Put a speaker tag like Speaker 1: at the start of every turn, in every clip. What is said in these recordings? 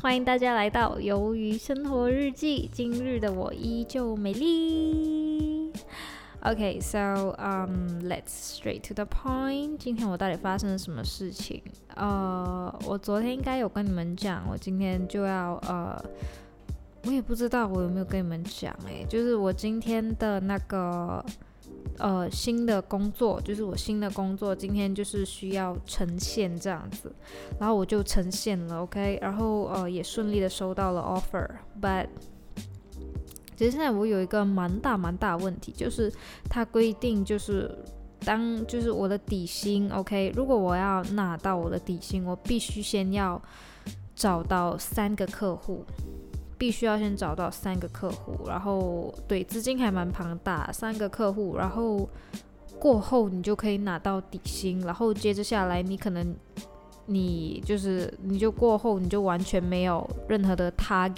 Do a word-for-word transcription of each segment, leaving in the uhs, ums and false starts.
Speaker 1: 欢迎大家来到鱿鱼生活日记。今日的我依旧美丽。Okay, so um, let's straight to the point. 今天我到底发生了什么事情？呃，我昨天应该有跟你们讲，我今天就要呃，我也不知道我有没有跟你们讲哎、欸，就是我今天的那个呃新的工作，就是我新的工作，今天就是需要呈现这样子，然后我就呈现了 ，OK， 然后呃也顺利的收到了 offer，but其实现在我有一个蛮大蛮大的问题，就是它规定就是当就是我的底薪 ，OK， 如果我要拿到我的底薪，我必须先要找到三个客户，必须要先找到三个客户，然后对资金还蛮庞大，三个客户，然后过后你就可以拿到底薪，然后接着下来你可能你就是你就过后你就完全没有任何的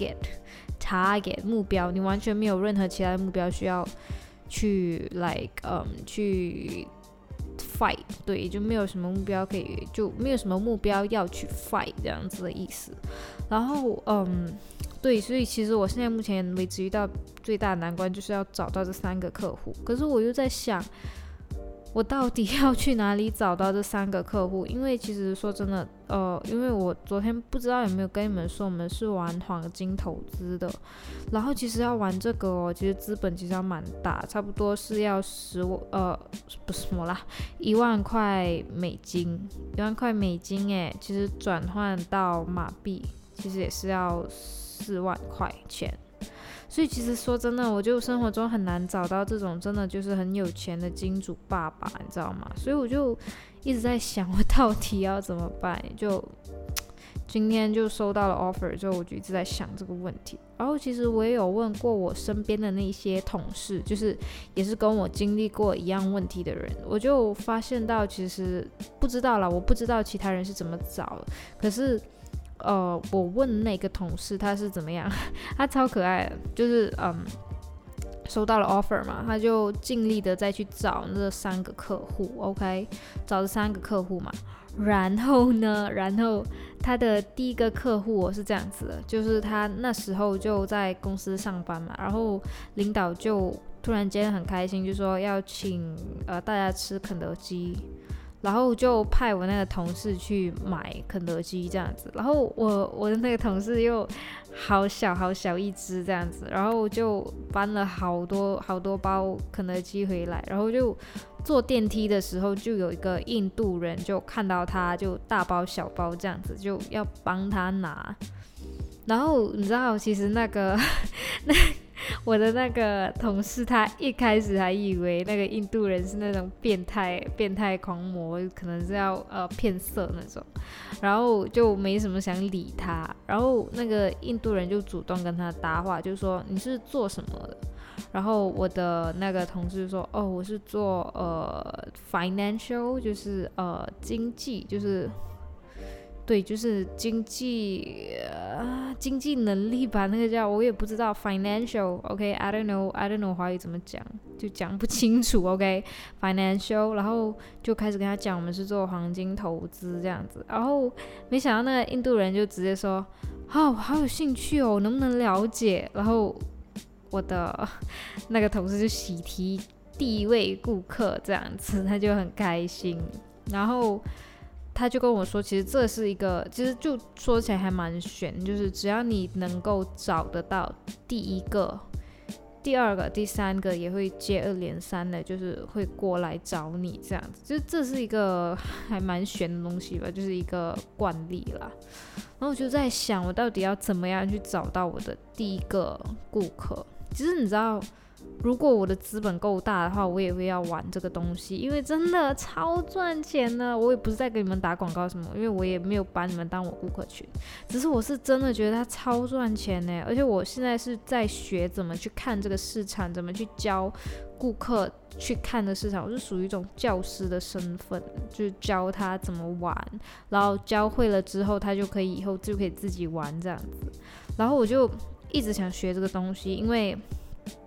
Speaker 1: target。target 目标，你完全没有任何其他的目标需要去 like 嗯、um, 去 fight， 对，就没有什么目标可以，就没有什么目标要去 fight 这样子的意思。然后嗯，对，所以其实我现在目前为止遇到最大的难关就是要找到这三个客户，可是我又在想，我到底要去哪里找到这三个客户？因为其实说真的，呃，因为我昨天不知道有没有跟你们说，我们是玩黄金投资的，然后其实要玩这个哦，其实资本其实要蛮大，差不多是要十呃不是什么啦，一万块美金，一万块美金诶，其实转换到马币，其实也是要四万块钱。所以其实说真的，我就生活中很难找到这种真的就是很有钱的金主爸爸，你知道吗？所以我就一直在想，我到底要怎么办？就今天就收到了 offer 之后，我就一直在想这个问题。然后其实我也有问过我身边的那些同事，就是也是跟我经历过一样问题的人，我就发现到其实不知道啦，我不知道其他人是怎么找的，可是。呃，我问那个同事他是怎么样，他超可爱的，就是嗯，收到了 offer 嘛，他就尽力的再去找那三个客户 ，OK， 找这三个客户嘛，然后呢，然后他的第一个客户我是这样子的，就是他那时候就在公司上班嘛，然后领导就突然间很开心，就说要请呃大家吃肯德基。然后就派我那个同事去买肯德基这样子，然后我我的那个同事又好小好小一只这样子，然后就搬了好多好多包肯德基回来，然后就坐电梯的时候就有一个印度人就看到他就大包小包这样子就要帮他拿，然后你知道其实那个那我的那个同事他一开始还以为那个印度人是那种变态变态狂魔，可能是要呃骗色那种，然后就没什么想理他，然后那个印度人就主动跟他搭话，就说你是做什么的，然后我的那个同事就说哦我是做呃 financial 就是呃经济就是对，就是经济、呃、经济能力吧，那个叫我也不知道 financial，OK，I、okay? don't know，I don't know 华语怎么讲，就讲不清楚 ，OK，financial，、okay? 然后就开始跟他讲我们是做黄金投资这样子，然后没想到那个印度人就直接说，哦，好有兴趣哦，能不能了解？然后我的那个同事就喜提第一位顾客这样子，他就很开心，然后。他就跟我说，其实这是一个，其实就说起来还蛮悬，就是只要你能够找得到第一个、第二个、第三个，也会接二连三的，就是会过来找你这样子，就这是一个还蛮悬的东西吧，就是一个惯例啦。然后我就在想，我到底要怎么样去找到我的第一个顾客？其实你知道。如果我的资本够大的话，我也会要玩这个东西，因为真的超赚钱的。我也不是在给你们打广告什么，因为我也没有把你们当我顾客群，只是我是真的觉得它超赚钱的，而且我现在是在学怎么去看这个市场，怎么去教顾客去看的市场，我是属于一种教师的身份，就是教他怎么玩，然后教会了之后，他就可以以后就可以自己玩这样子。然后我就一直想学这个东西，因为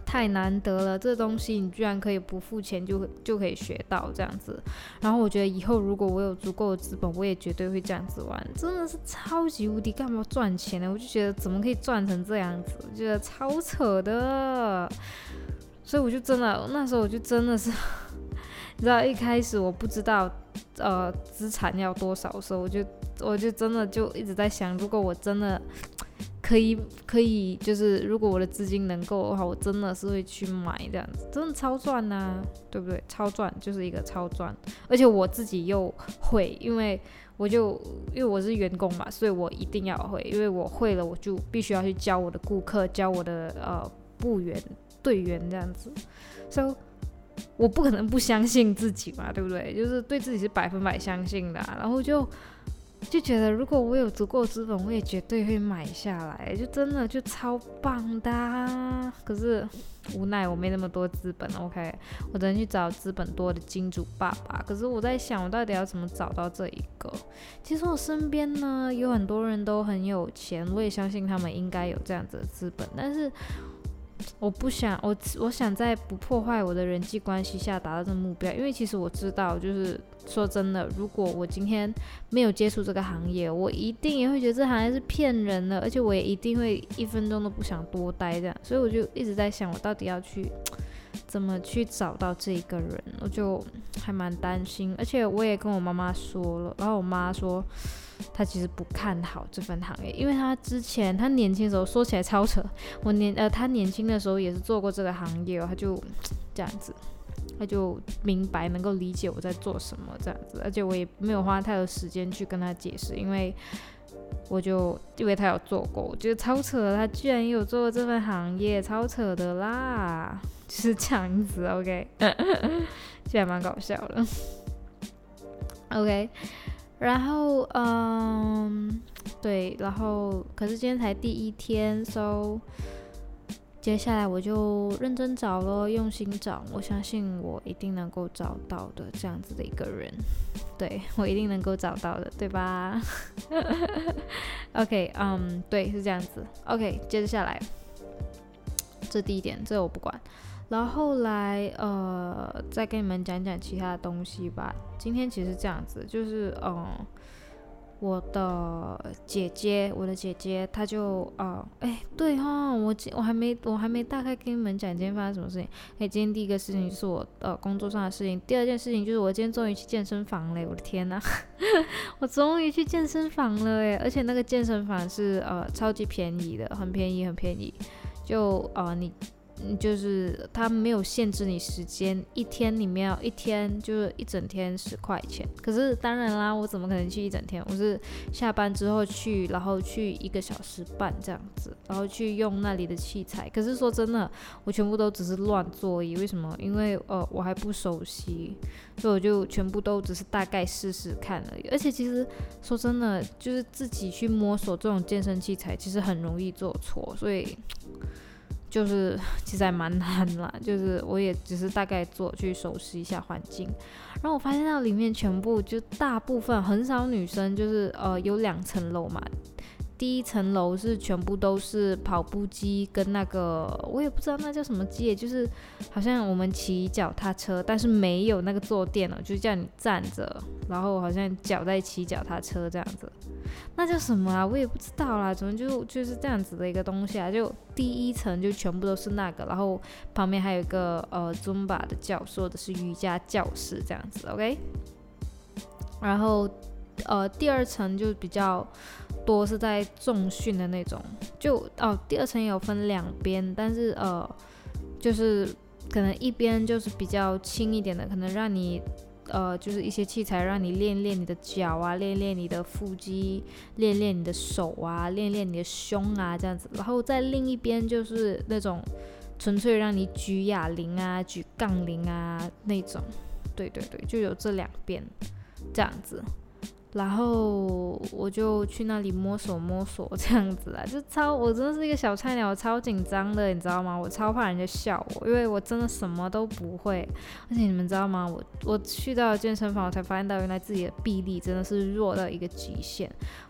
Speaker 1: 太难得了，这东西你居然可以不付钱就就可以学到这样子。然后我觉得以后如果我有足够的资本，我也绝对会这样子玩，真的是超级无敌干嘛赚钱呢？我就觉得怎么可以赚成这样子，我觉得超扯的。所以我就真的那时候我就真的是，你知道一开始我不知道呃资产要多少的时候，我就我就真的就一直在想，如果我真的可以可以就是如果我的资金能够的话，我真的是会去买这样子，真的超赚啊，对不对？超赚就是一个超赚，而且我自己又会，因为我就因为我是员工嘛，所以我一定要会，因为我会了，我就必须要去教我的顾客，教我的呃部员队员这样子，所以我不可能不相信自己嘛，对不对？就是对自己是百分百相信的、啊，然后就就觉得如果我有足够资本，我也绝对会买下来，就真的就超棒的、啊。可是无奈我没那么多资本 ，OK， 我只能去找资本多的金主爸爸。可是我在想，我到底要怎么找到这一个？其实我身边呢有很多人都很有钱，我也相信他们应该有这样子的资本，但是我不想，我我想在不破坏我的人际关系下达到这个目标，因为其实我知道，就是说真的，如果我今天没有接触这个行业，我一定也会觉得这行业是骗人的，而且我也一定会一分钟都不想多待这样，所以我就一直在想，我到底要去怎么去找到这一个人，我就还蛮担心，而且我也跟我妈妈说了，然后我妈说他其实不看好这份行业，因为他之前他年轻的时候说起来超扯，我年呃他年轻的时候也是做过这个行业、哦，他就这样子，他就明白能够理解我在做什么这样子，而且我也没有花太多时间去跟他解释，因为我就因为他有做过，我觉得超扯的，他居然也有做过这份行业，超扯的啦，就是这样子 ，OK， 其实还蛮搞笑的 ，OK。然后，嗯，对，然后可是今天才第一天 ，so 接下来我就认真找咯，用心找，我相信我一定能够找到的，这样子的一个人，对，我一定能够找到的，对吧？OK， 嗯，对，是这样子。OK， 接着下来，这第一点，这我不管。然后后来呃，再跟你们讲讲其他的东西吧。今天其实这样子，就是嗯，我的姐姐，我的姐姐，她就呃，哎，对哈，我我还没我还没大概跟你们讲今天发生什么事情。哎，今天第一个事情就是我呃工作上的事情，第二件事情就是我今天终于去健身房了，我的天哪，我终于去健身房了哎，而且那个健身房是呃超级便宜的，很便宜很便宜，就呃你。就是他没有限制你时间，一天里面一天就是一整天十块钱。可是当然啦，我怎么可能去一整天？我是下班之后去，然后去一个小时半这样子，然后去用那里的器材。可是说真的，我全部都只是乱做而已。为什么？因为呃我还不熟悉，所以我就全部都只是大概试试看而已。而且其实说真的，就是自己去摸索这种健身器材，其实很容易做错，所以。就是其实还蛮难啦，就是我也只是大概做去熟悉一下环境，然后我发现到里面全部就大部分很少女生，就是呃有两层楼嘛，第一层楼是全部都是跑步机跟那个我也不知道那叫什么机，就是好像我们骑脚踏车，但是没有那个坐垫了，就是叫你站着，然后好像脚在骑脚踏车这样子，那叫什么啊？我也不知道啦，怎么就就是这样子的一个东西啊？就第一层就全部都是那个，然后旁边还有一个呃 Zumba 的教室或者是瑜伽教室这样子 ，OK？ 然后呃第二层就比较多是在重训的那种，就哦第二层也有分两边，但是呃就是可能一边就是比较轻一点的，可能让你呃就是一些器材让你练练你的脚啊，练练你的腹肌，练练你的手啊，练练你的胸啊这样子，然后在另一边就是那种纯粹让你举哑铃啊，举杠铃啊那种，对对对，就有这两边这样子。然后我就去那里摸索摸索这样子啦，就超我真的是一个小菜鸟，我超紧张的，你知道吗？我超怕人家笑我，因为我真的什么都不会。而且你们知道吗？我我去到健身房，我才发现到原来自己的臂力真的是弱到一个极限。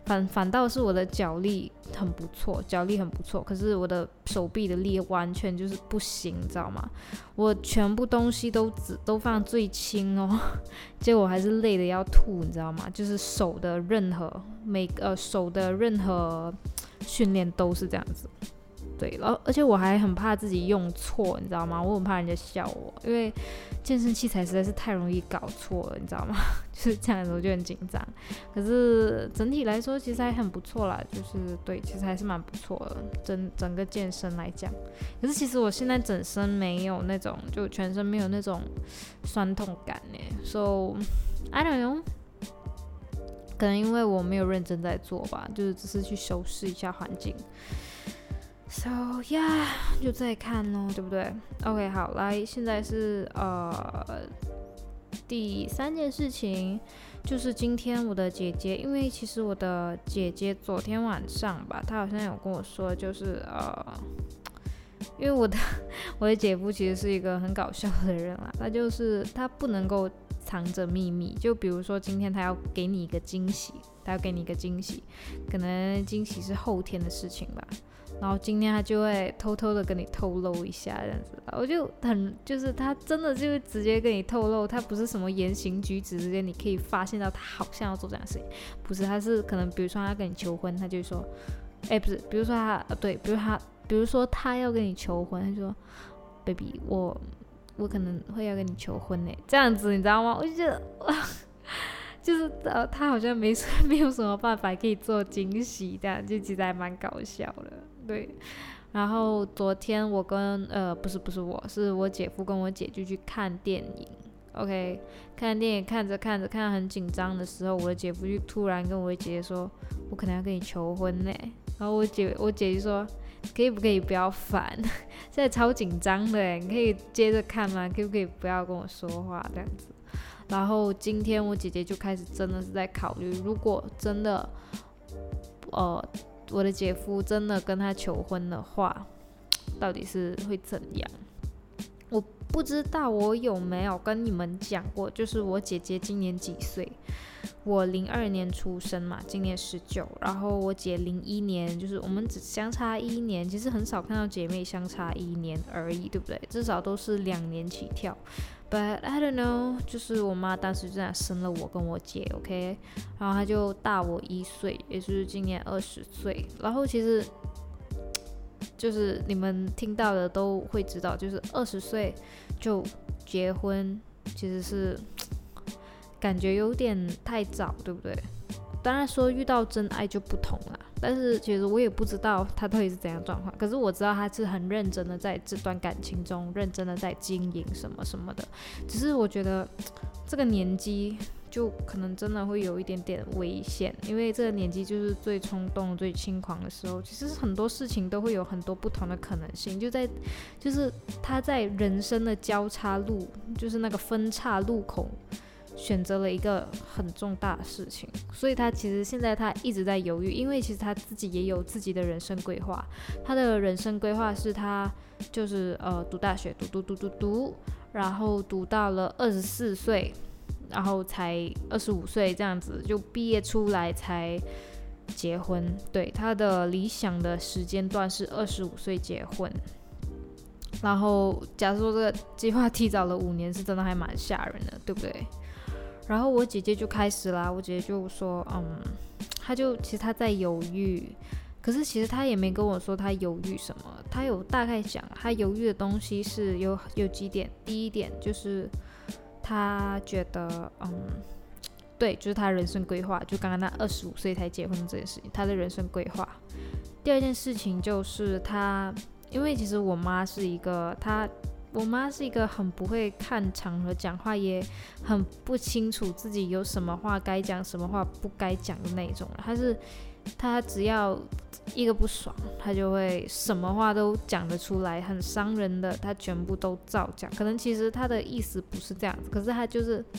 Speaker 1: 反反倒是我的脚力很不错，脚力很不错，可是我的手臂的力完全就是不行，你知道吗？我全部东西都只都放最轻哦，结果我还是累得要吐，你知道吗？就是手的任何每呃手的任何训练都是这样子。对，然后而且我还很怕自己用错，你知道吗？我很怕人家笑我，因为健身器材实在是太容易搞错了，你知道吗？就是这样子我就很紧张。可是整体来说其实还很不错啦，就是对，其实还是蛮不错的，整整个健身来讲。可是其实我现在整身没有那种，就全身没有那种酸痛感呢。So I don't know， 可能因为我没有认真在做吧，就是只是去收拾一下环境。So yeah， 就再看咯，对不对 ？OK， 好，来，现在是呃第三件事情，就是今天我的姐姐，因为其实我的姐姐昨天晚上吧，她好像有跟我说，就是呃，因为我的我的姐夫其实是一个很搞笑的人啦，他就是他不能够藏着秘密，就比如说今天他要给你一个惊喜，他要给你一个惊喜，可能惊喜是后天的事情吧。然后今天他就会偷偷的跟你透露一下这样子，我就很就是他真的就会直接跟你透露，他不是什么言行举止之间你可以发现到他好像要做这样的事情，不是，他是可能比如说他跟你求婚，他就说，哎不是，比如说他对，比如他比如说他要跟你求婚，他就说 ，baby 我我可能会要跟你求婚呢，这样子你知道吗？我就觉得哇。就是呃，他好像没没有什么办法可以做惊喜，这样就其实还蛮搞笑的，对。然后昨天我跟呃不是不是我是我姐夫跟我姐就去看电影 ，OK， 看电影看着看着看到很紧张的时候，我的姐夫就突然跟我姐姐说，我可能要跟你求婚呢。然后我姐我姐就说，可以不可以不要烦，现在超紧张的哎，你可以接着看吗？可不可以不要跟我说话这样子？然后今天我姐姐就开始真的是在考虑，如果真的，呃，我的姐夫真的跟她求婚的话，到底是会怎样？我不知道我有没有跟你们讲过，就是我姐姐今年几岁？我零二年出生嘛，今年十九，然后我姐零一年，就是我们只相差一年，其实很少看到姐妹相差一年而已，对不对？至少都是两年起跳。But I don't know， 就是我妈当时就这样生了我跟我姐 ，OK， 然后她就大我一岁，也就是今年二十岁。然后其实就是你们听到的都会知道，就是二十岁就结婚，其实是感觉有点太早，对不对？当然说遇到真爱就不同了，但是其实我也不知道他到底是怎样状况，可是我知道他是很认真的在这段感情中认真的在经营什么什么的，只是我觉得这个年纪就可能真的会有一点点危险，因为这个年纪就是最冲动最轻狂的时候，其实很多事情都会有很多不同的可能性，就在就是他在人生的交叉路，就是那个分岔路口选择了一个很重大的事情，所以他其实现在他一直在犹豫，因为其实他自己也有自己的人生规划。他的人生规划是他就是呃读大学，读读读读读，然后读到了二十四岁，然后才二十五岁这样子就毕业出来才结婚。对，他的理想的时间段是二十五岁结婚。然后假如说这个计划提早了五年，是真的还蛮吓人的，对不对？然后我姐姐就开始啦，我姐姐就说，嗯，她就其实她在犹豫，可是其实她也没跟我说她犹豫什么，她有大概讲，她犹豫的东西是有有几点，第一点就是她觉得，嗯，对，就是她人生规划，就刚刚那二十五岁才结婚这件事情，她的人生规划。第二件事情就是她，因为其实我妈是一个她。我妈是一个很不会看场合讲话，也很不清楚自己有什么话该讲，什么话不该讲的那种。她是，她只要一个不爽，她就会什么话都讲得出来，很伤人的，她全部都照讲。可能其实她的意思不是这样子，可是她就是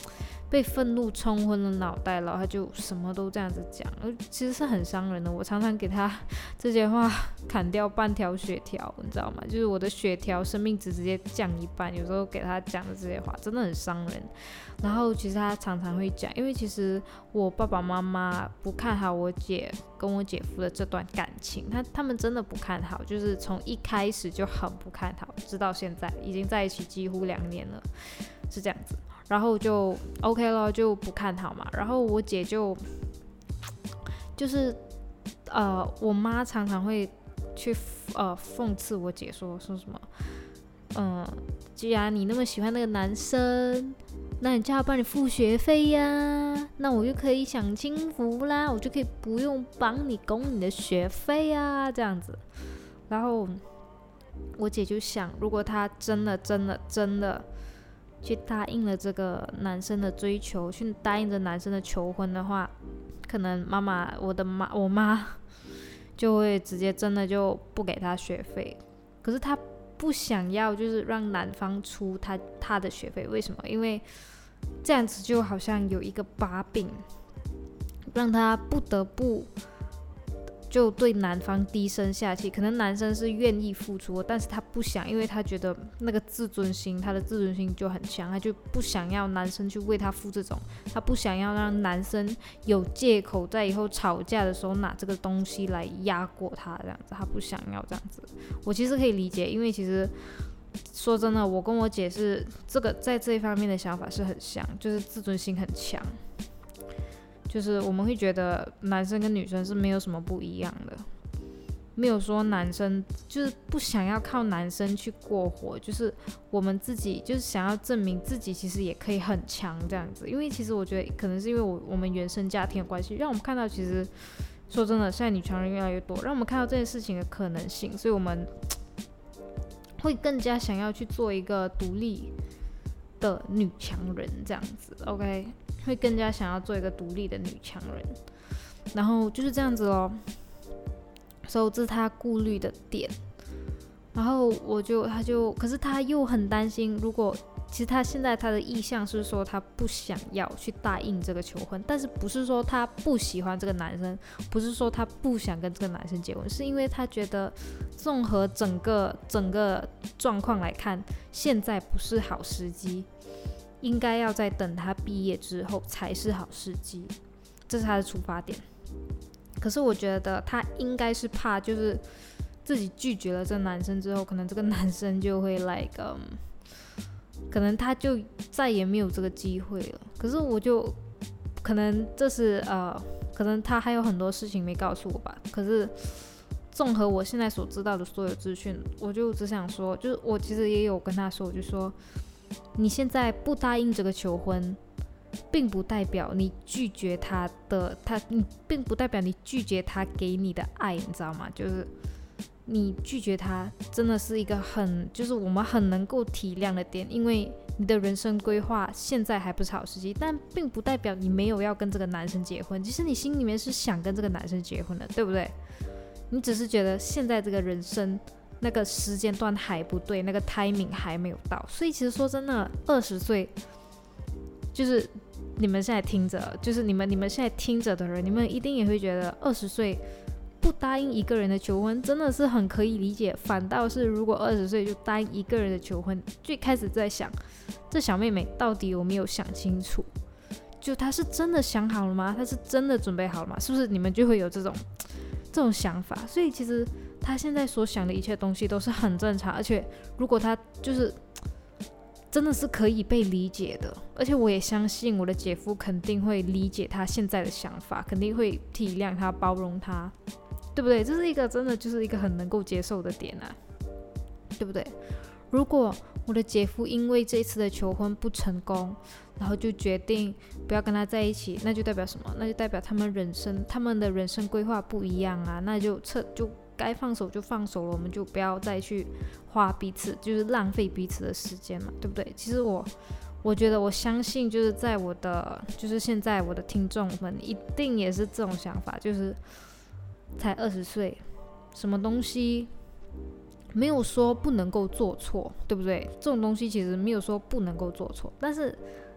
Speaker 1: 被愤怒冲昏了脑袋，然后他就什么都这样子讲，其实是很伤人的。我常常给他这些话砍掉半条血条，你知道吗？就是我的血条生命值直接降一半。有时候给他讲的这些话真的很伤人。然后其实他常常会讲，因为其实我爸爸妈妈不看好我姐跟我姐夫的这段感情，他他们真的不看好，就是从一开始就很不看好，直到现在已经在一起几乎两年了，是这样子。然后就 OK 了，就不看好嘛。然后我姐就就是呃，我妈常常会去呃讽刺我姐说说什么，嗯、呃，既然你那么喜欢那个男生，那你叫他帮你付学费呀，那我就可以享清福啦，我就可以不用帮你供你的学费啊，这样子。然后我姐就想，如果她真的真的真的去答应了这个男生的追求，去答应着男生的求婚的话，可能妈妈，我的妈，我妈就会直接真的就不给他学费。可是她不想要，就是让男方出他他的学费，为什么？因为这样子就好像有一个把柄，让他不得不就对男方低声下气。可能男生是愿意付出，但是他不想，因为他觉得那个自尊心，他的自尊心就很强，他就不想要男生去为他付这种，他不想要让男生有借口在以后吵架的时候拿这个东西来压过他，这样子，他不想要这样子。我其实可以理解，因为其实说真的，我跟我姐是这个在这一方面的想法是很像，就是自尊心很强，就是我们会觉得男生跟女生是没有什么不一样的，没有说男生就是不想要靠男生去过活，就是我们自己就是想要证明自己其实也可以很强这样子。因为其实我觉得可能是因为我我们原生家庭的关系，让我们看到其实说真的，现在女强人越来越多，让我们看到这件事情的可能性，所以我们会更加想要去做一个独立的女强人这样子 ，OK， 会更加想要做一个独立的女强人，然后就是这样子咯。所以这是他顾虑的点，然后我就他就，可是他又很担心，如果其实他现在他的意向是说他不想要去答应这个求婚，但是不是说他不喜欢这个男生，不是说他不想跟这个男生结婚，是因为他觉得综合整个整个状况来看，现在不是好时机，应该要在等他毕业之后才是好时机，这是他的出发点。可是我觉得他应该是怕，就是自己拒绝了这个男生之后，可能这个男生就会 like、um, 可能他就再也没有这个机会了。可是我就可能这是呃，可能他还有很多事情没告诉我吧。可是综合我现在所知道的所有资讯，我就只想说，就是我其实也有跟他说，我就说你现在不答应这个求婚，并不代表你拒绝他的，他你并不代表你拒绝他给你的爱，你知道吗？就是你拒绝他真的是一个很，就是我们很能够体谅的点，因为你的人生规划现在还不是好时机，但并不代表你没有要跟这个男生结婚，其实你心里面是想跟这个男生结婚的，对不对？你只是觉得现在这个人生那个时间段还不对，那个 timing 还没有到，所以其实说真的，二十岁就是你们现在听着，就是你们你们现在听着的人，你们一定也会觉得二十岁不答应一个人的求婚真的是很可以理解，反倒是如果二十岁就答应一个人的求婚，最开始在想这小妹妹到底有没有想清楚，就她是真的想好了吗？她是真的准备好了吗？是不是你们就会有这种这种想法？所以其实她现在所想的一切东西都是很正常，而且如果她就是真的是可以被理解的，而且我也相信我的姐夫肯定会理解她现在的想法，肯定会体谅她，包容她，对不对？这是一个真的就是一个很能够接受的点啊，对不对？如果我的姐夫因为这一次的求婚不成功，然后就决定不要跟他在一起，那就代表什么？那就代表他们人生他们的人生规划不一样啊，那就撤就该放手就放手了，我们就不要再去花彼此，就是浪费彼此的时间嘛，对不对？其实我我觉得我相信，就是在我的就是现在我的听众们一定也是这种想法，就是才二十岁，什么东西没有说不能够做错，对不对？这种东西其实没有说不能够做错，但是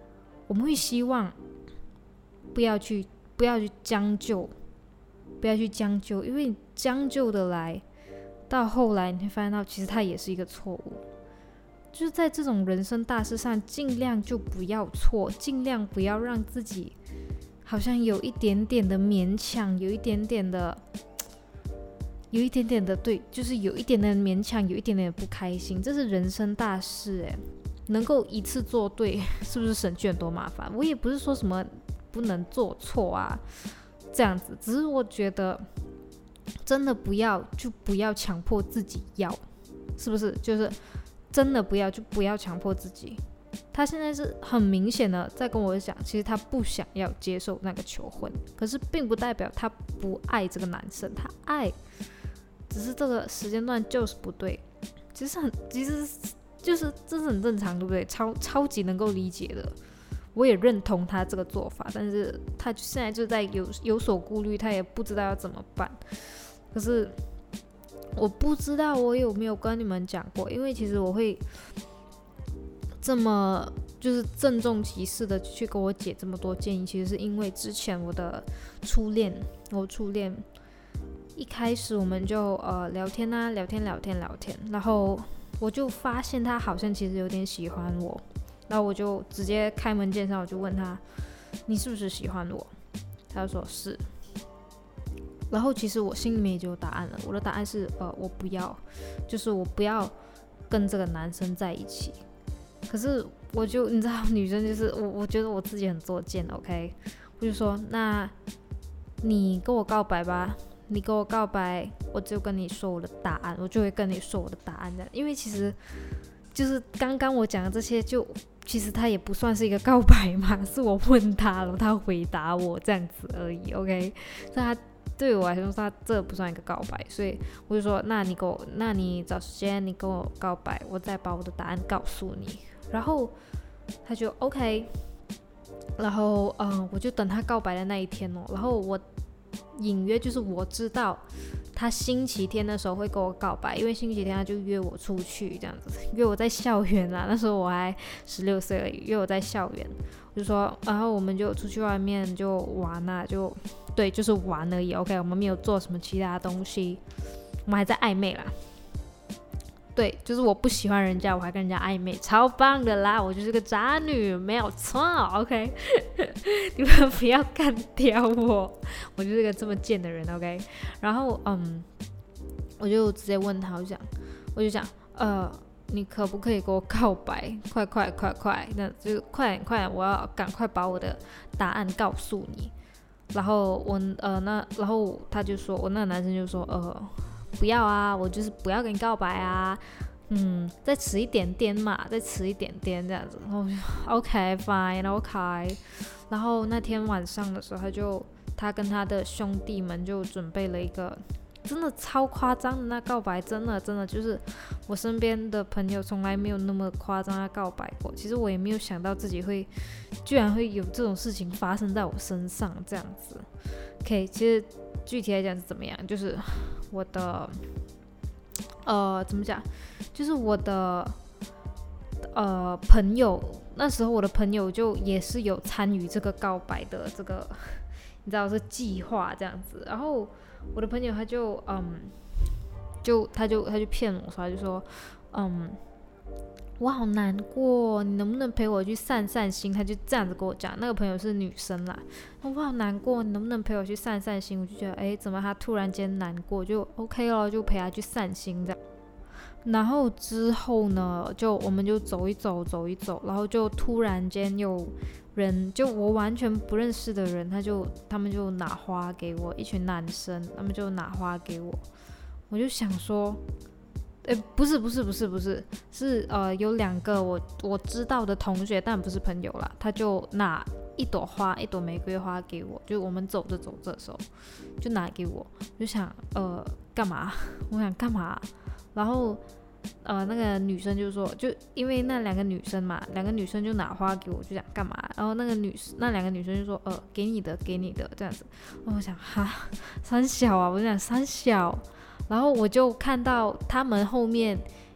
Speaker 1: 我们会希望不要去不要去将就，不要去将就，因为将就的来，到后来你会发现到，其实它也是一个错误。就是在这种人生大事上，尽量就不要错，尽量不要让自己好像有一点点的勉强，有一点点的，有一点点的对，就是有一点点的勉强，有一点点的不开心。这是人生大事哎，能够一次做对，是不是省去很多麻烦？我也不是说什么不能做错啊，这样子，只是我觉得真的不要就不要强迫自己要，是不是？就是真的不要就不要强迫自己。他现在是很明显的在跟我讲，其实他不想要接受那个求婚，可是并不代表他不爱这个男生，他爱，只是这个时间段就是不对。其实很，其实就是这是很正常，对不对？超超级能够理解的。我也认同他这个做法，但是他现在就在有有所顾虑，他也不知道要怎么办。可是我不知道我有没有跟你们讲过，因为其实我会这么就是郑重其事的去跟我姐这么多建议，其实是因为之前我的初恋，我初恋一开始我们就呃聊天啊，聊天聊天聊天，然后我就发现他好像其实有点喜欢我。然后我就直接开门见山，我就问他：“你是不是喜欢我？”他就说是。然后其实我心里面已经有答案了，我的答案是呃我不要，就是我不要跟这个男生在一起。可是我就你知道，女生就是我，我觉得我自己很作贱 ，OK？ 我就说那你跟我告白吧，你跟我告白，我就跟你说我的答案，我就会跟你说我的答案这样，因为其实。就是刚刚我讲的这些就，其实他也不算是一个告白嘛，是我问他了，他回答我这样子而已 ，OK？ 所以他对我来说，他这不算一个告白，所以我就说，那你跟我，那你找时间，你跟我告白，我再把我的答案告诉你。然后他就 OK， 然后嗯、呃，我就等他告白的那一天哦，然后我隐约就是我知道。他星期天的时候会跟我告白，因为星期天他就约我出去这样子，约我在校园啦，那时候我还十六岁而已，约我在校园，我就说，然后我们就出去外面就玩啊，就对，就是玩而已 ，OK， 我们没有做什么其他东西，我们还在暧昧啦。对，就是我不喜欢人家，我还跟人家暧昧，超棒的啦！我就是个渣女，没有错 ，OK？ 你们不要干掉我，我就是个这么贱的人 ，OK？ 然后，嗯，我就直接问他，我就讲，我就讲，呃，你可不可以给我告白？快快快快，那就快点快点，我要赶快把我的答案告诉你。然后我，呃，那然后他就说，我那个男生就说，呃。不要啊，我就是不要跟你告白啊，嗯，再迟一点点嘛，再迟一点点这样子。然后 OK fine OK， 然后那天晚上的时候，他就他跟他的兄弟们就准备了一个真的超夸张的那告白，真的真的就是我身边的朋友从来没有那么夸张的告白过。其实我也没有想到自己会居然会有这种事情发生在我身上这样子。OK， 其实具体来讲是怎么样，就是我的呃怎么讲，就是我的呃朋友，那时候我的朋友就也是有参与这个告白的这个你知道是计划这样子，然后我的朋友他就嗯就他就他就骗我说，他就说嗯我好难过，你能不能陪我去散散心？他就这样子跟我讲。那个朋友是女生啦，我好难过，你能不能陪我去散散心？我就觉得，哎，怎么他突然间难过？就 OK 咯，就陪他去散心这样。然后之后呢，就我们就走一走，走一走，然后就突然间有人，就我完全不认识的人，他就他们就拿花给我，一群男生，他们就拿花给我，我就想说。诶，不是不是不是不是，是呃有两个我我知道的同学，但不是朋友啦，他就拿一朵花，一朵玫瑰花给我，就我们走着走着的时候，就拿给我，就想呃干嘛？我想干嘛？然后呃那个女生就说，就因为那两个女生嘛，两个女生就拿花给我，就想干嘛？然后那个女那两个女生就说，呃给你的给你的这样子，我想哈三小啊，我就想三小。然后我就看到他们后面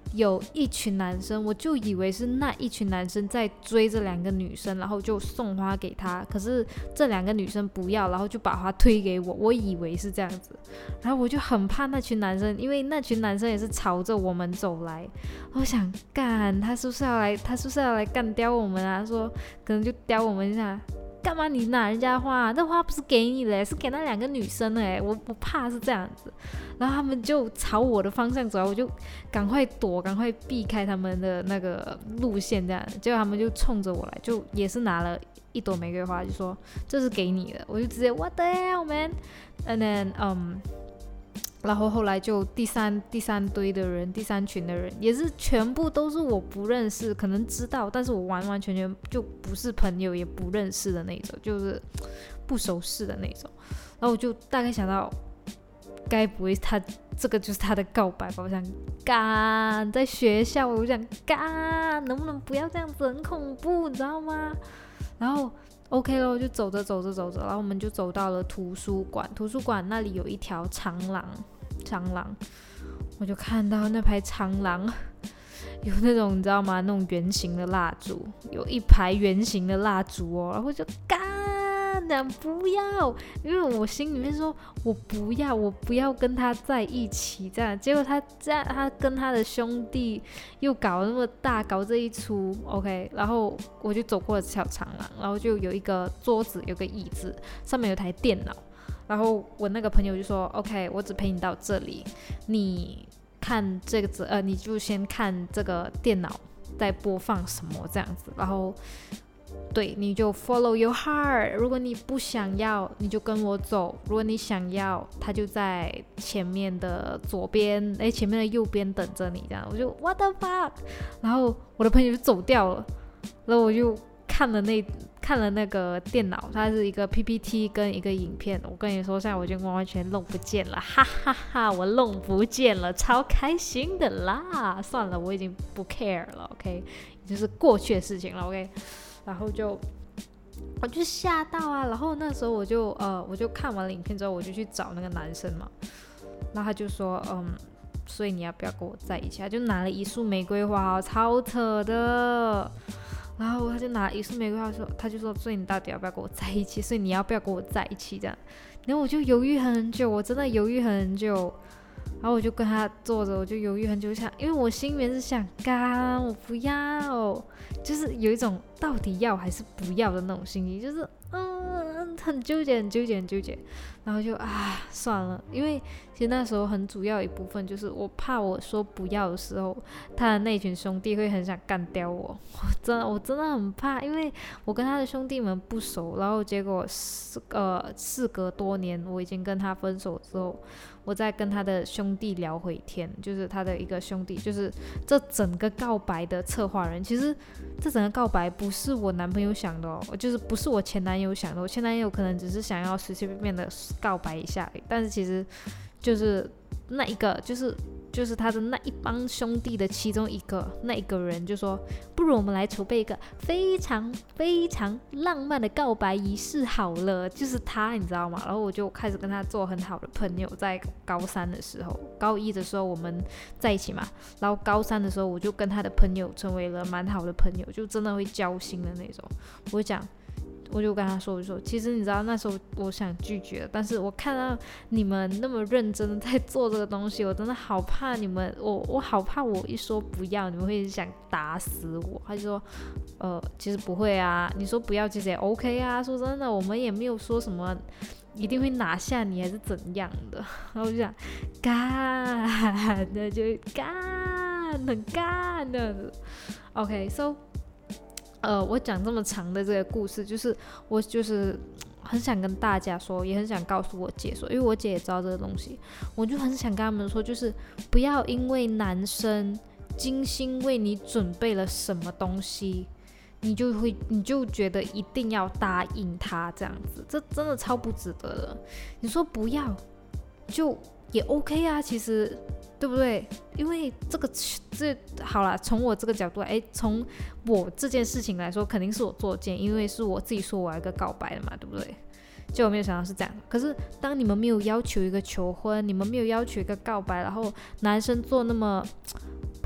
Speaker 1: 有一群男生，我就以为是那一群男生在追这两个女生，然后就送花给她，可是这两个女生不要，然后就把花推给我，我以为是这样子，然后我就很怕那群男生，因为那群男生也是朝着我们走来，我想干他是不是要来，他是不是要来干掉我们啊？说可能就叼我们一下。干嘛你拿人家花？这花不是给你的，是给那两个女生的哎！我我怕是这样子，然后他们就朝我的方向走，我就赶快躲，赶快避开他们的那个路线，这样，结果他们就冲着我来，就也是拿了一朵玫瑰花，就说这是给你的，我就直接 What the hell man？ And then um。然后后来就第三第三堆的人，第三群的人也是全部都是我不认识，可能知道，但是我完完全全就不是朋友，也不认识的那种，就是不熟识的那种。然后我就大概想到，该不会他这个就是他的告白吧？我想干，在学校我想干，能不能不要这样子，很恐怖，你知道吗？然后。OK 咯，就走着走着走着，然后我们就走到了图书馆。图书馆那里有一条长廊，长廊，我就看到那排长廊有那种你知道吗？那种圆形的蜡烛，有一排圆形的蜡烛哦，然后就干。不要，因为我心里面说我不要，我不要跟他在一起这样，结果他这样，他跟他的兄弟又搞那么大，搞这一出 OK， 然后我就走过了小长廊，然后就有一个桌子，有个椅子，上面有台电脑，然后我那个朋友就说 OK， 我只陪你到这里，你看这个呃，你就先看这个电脑在播放什么这样子，然后对，你就 follow your heart， 如果你不想要你就跟我走，如果你想要他就在前面的左边，哎，前面的右边等着你这样，我就 what the fuck， 然后我的朋友就走掉了，然后我就看了那看了那个电脑，它是一个 P P T 跟一个影片，我跟你说现在我就完完全弄不见了，哈哈哈哈，我弄不见了，超开心的啦，算了，我已经不 care 了 OK， 就是过去的事情了 OK，然后就我就吓到啊，然后那时候我就呃我就看完了影片之后，我就去找那个男生嘛，然后他就说嗯，所以你要不要跟我在一起？他就拿了一束玫瑰花，超扯的。然后他就拿了一束玫瑰花说，他就说，所以你到底要不要跟我在一起？所以你要不要跟我在一起？这样，然后我就犹豫很久，我真的犹豫很久。然后我就跟他坐着，我就犹豫很久，想，因为我心里面是想干，我不要，就是有一种到底要还是不要的那种心理，就是嗯，很纠结，很纠结，很纠结。然后就啊，算了，因为其实那时候很主要一部分就是我怕我说不要的时候，他的那群兄弟会很想干掉我，我真的我真的很怕，因为我跟他的兄弟们不熟，然后结果事呃事隔多年，我已经跟他分手之后。我在跟他的兄弟聊回天，就是他的一个兄弟，就是这整个告白的策划人。其实这整个告白不是我男朋友想的哦，就是不是我前男友想的。我前男友可能只是想要随随便便的告白一下而已，但是其实就是那一个，就是就是他的那一帮兄弟的其中一个那一个人就说，不如我们来筹备一个非常非常浪漫的告白仪式好了，就是他，你知道吗？然后我就开始跟他做很好的朋友，在高三的时候，高一的时候我们在一起嘛，然后高三的时候我就跟他的朋友成为了蛮好的朋友，就真的会交心的那种。我会讲。我就跟他说，我说其实你知道那时候我想拒绝，但是我看到你们那么认真的在做这个东西，我真的好怕你们，我我好怕我一说不要，你们会想打死我。他就说，呃，其实不会啊，你说不要其实也 OK 啊。说真的，我们也没有说什么一定会拿下你还是怎样的。然后我就想干的就干，很干的。OK，so、okay,呃，我讲这么长的这个故事，就是我就是很想跟大家说，也很想告诉我姐说，因为我姐也知道这个东西，我就很想跟他们说，就是不要因为男生精心为你准备了什么东西，你就会你就觉得一定要答应他这样子，这真的超不值得的。你说不要，就也 OK 啊，其实。对不对？因为这个这好啦，从我这个角度来，从我这件事情来说，肯定是我作贱，因为是我自己说我要一个告白的嘛，对不对？结果没有想到是这样。可是当你们没有要求一个求婚，你们没有要求一个告白，然后男生做那么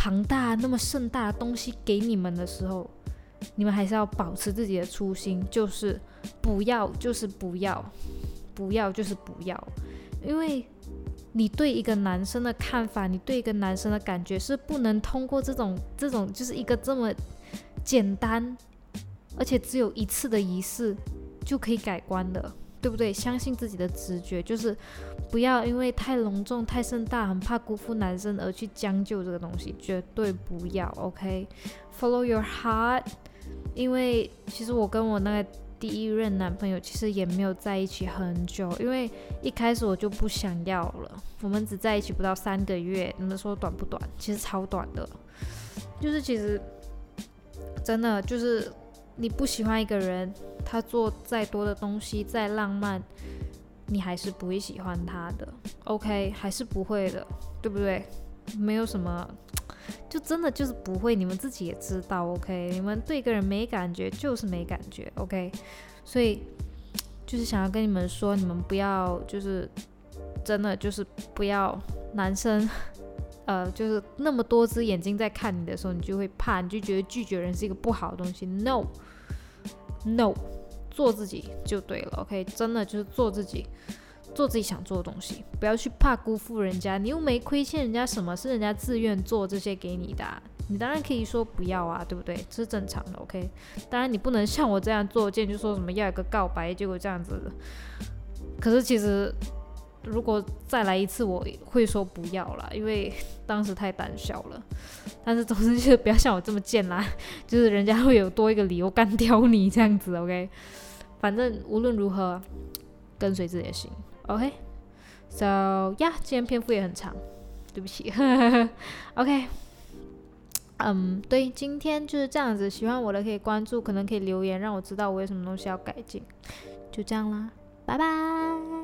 Speaker 1: 庞大、那么盛大的东西给你们的时候，你们还是要保持自己的初心，就是不要，就是不要，不要就是不要，因为你对一个男生的看法，你对一个男生的感觉是不能通过这种这种就是一个这么简单而且只有一次的仪式就可以改观的，对不对？相信自己的直觉，就是不要因为太隆重太盛大很怕辜负男生而去将就这个东西，绝对不要。 OK Follow your heart。 因为其实我跟我那个第一任男朋友其实也没有在一起很久，因为一开始我就不想要了，我们只在一起不到三个月，你们说短不短？其实超短的，就是其实真的就是你不喜欢一个人，他做再多的东西再浪漫，你还是不会喜欢他的。 OK 还是不会的，对不对？没有什么，就真的就是不会，你们自己也知道。 OK 你们对一个人没感觉就是没感觉。 OK 所以就是想要跟你们说，你们不要就是真的就是不要男生呃，就是那么多只眼睛在看你的时候，你就会怕，你就觉得拒绝人是一个不好的东西。 No No 做自己就对了。 OK 真的就是做自己，做自己想做的东西，不要去怕辜负人家，你又没亏欠人家什么，是人家自愿做这些给你的、啊、你当然可以说不要啊，对不对？这是正常的。 OK 当然你不能像我这样做件就说什么要有个告白，结果这样子的。可是其实如果再来一次我会说不要啦，因为当时太胆小了。但是总之就是不要像我这么贱啦，就是人家会有多一个理由干掉你这样子。 OK 反正无论如何跟随自己的心。 OK So yeah 今天篇幅也很长，对不起OK 嗯，对，今天就是这样子，喜欢我的可以关注，可能可以留言让我知道我有什么东西要改进，就这样啦，拜拜。